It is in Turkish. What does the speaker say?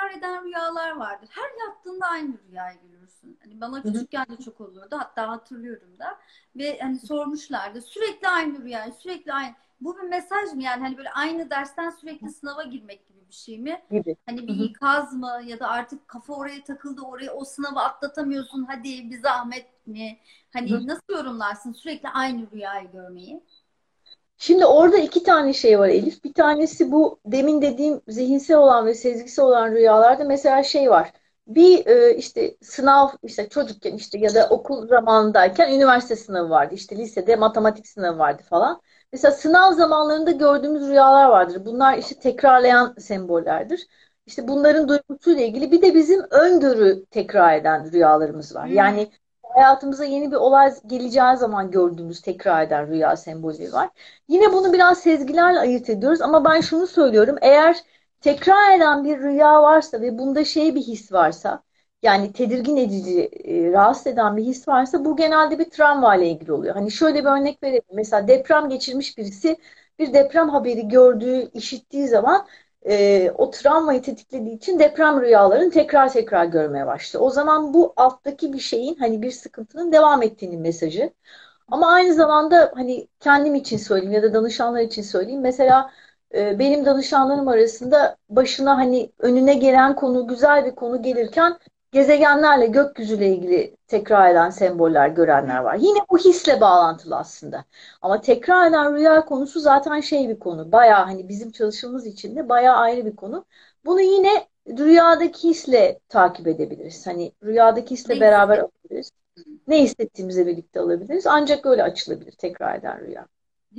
tekrar eden rüyalar vardır. Her yattığında aynı rüyayı görürsün. Hani bana Hı hı. küçükken de çok olurdu. Hatta hatırlıyorum da. Ve hani sormuşlardı. Sürekli aynı rüyayı, sürekli aynı. Bu bir mesaj mı yani? Hani böyle aynı dersten sürekli sınava girmek gibi bir şey mi? Gibi. Hani Hı bir hı. ikaz mı? Ya da artık kafa oraya takıldı, oraya o sınavı atlatamıyorsun. Hadi bir zahmet mi? Hı hı. Hani nasıl yorumlarsın sürekli aynı rüyayı görmeyi? Şimdi orada iki tane şey var Elif. Bir tanesi bu demin dediğim zihinsel olan ve sezgisel olan rüyalarda mesela şey var. Bir işte sınav işte çocukken işte ya da okul zamanındayken üniversite sınavı vardı. İşte lisede matematik sınavı vardı falan. Mesela sınav zamanlarında gördüğümüz rüyalar vardır. Bunlar işte tekrarlayan sembollerdir. İşte bunların duygusuyla ilgili bir de bizim öngörü tekrar eden rüyalarımız var. Hmm. Yani hayatımıza yeni bir olay geleceği zaman gördüğümüz tekrar eden rüya sembolleri var. Yine bunu biraz sezgilerle ayırt ediyoruz ama ben şunu söylüyorum. Eğer tekrar eden bir rüya varsa ve bunda şey bir his varsa yani tedirgin edici, rahatsız eden bir his varsa bu genelde bir travma ile ilgili oluyor. Hani şöyle bir örnek verelim. Mesela deprem geçirmiş birisi bir deprem haberi gördüğü, işittiği zaman o travmayı tetiklediği için deprem rüyalarını tekrar tekrar görmeye başlıyor. O zaman bu alttaki bir şeyin hani bir sıkıntının devam ettiğinin mesajı. Ama aynı zamanda hani kendim için söyleyeyim ya da danışanlar için söyleyeyim. Mesela benim danışanlarım arasında başına hani önüne gelen konu güzel bir konu gelirken gezegenlerle gökyüzüyle ilgili tekrar eden semboller görenler var. Yine bu hisle bağlantılı aslında. Ama tekrar eden rüya konusu zaten şey bir konu. Bayağı hani bizim çalışmamız için de bayağı ayrı bir konu. Bunu yine rüyadaki hisle takip edebiliriz. Hani rüyadaki hisle Ne beraber hissettin? alabiliriz. Ne hissettiğimize birlikte alabiliriz. Ancak öyle açılabilir tekrar eden rüya.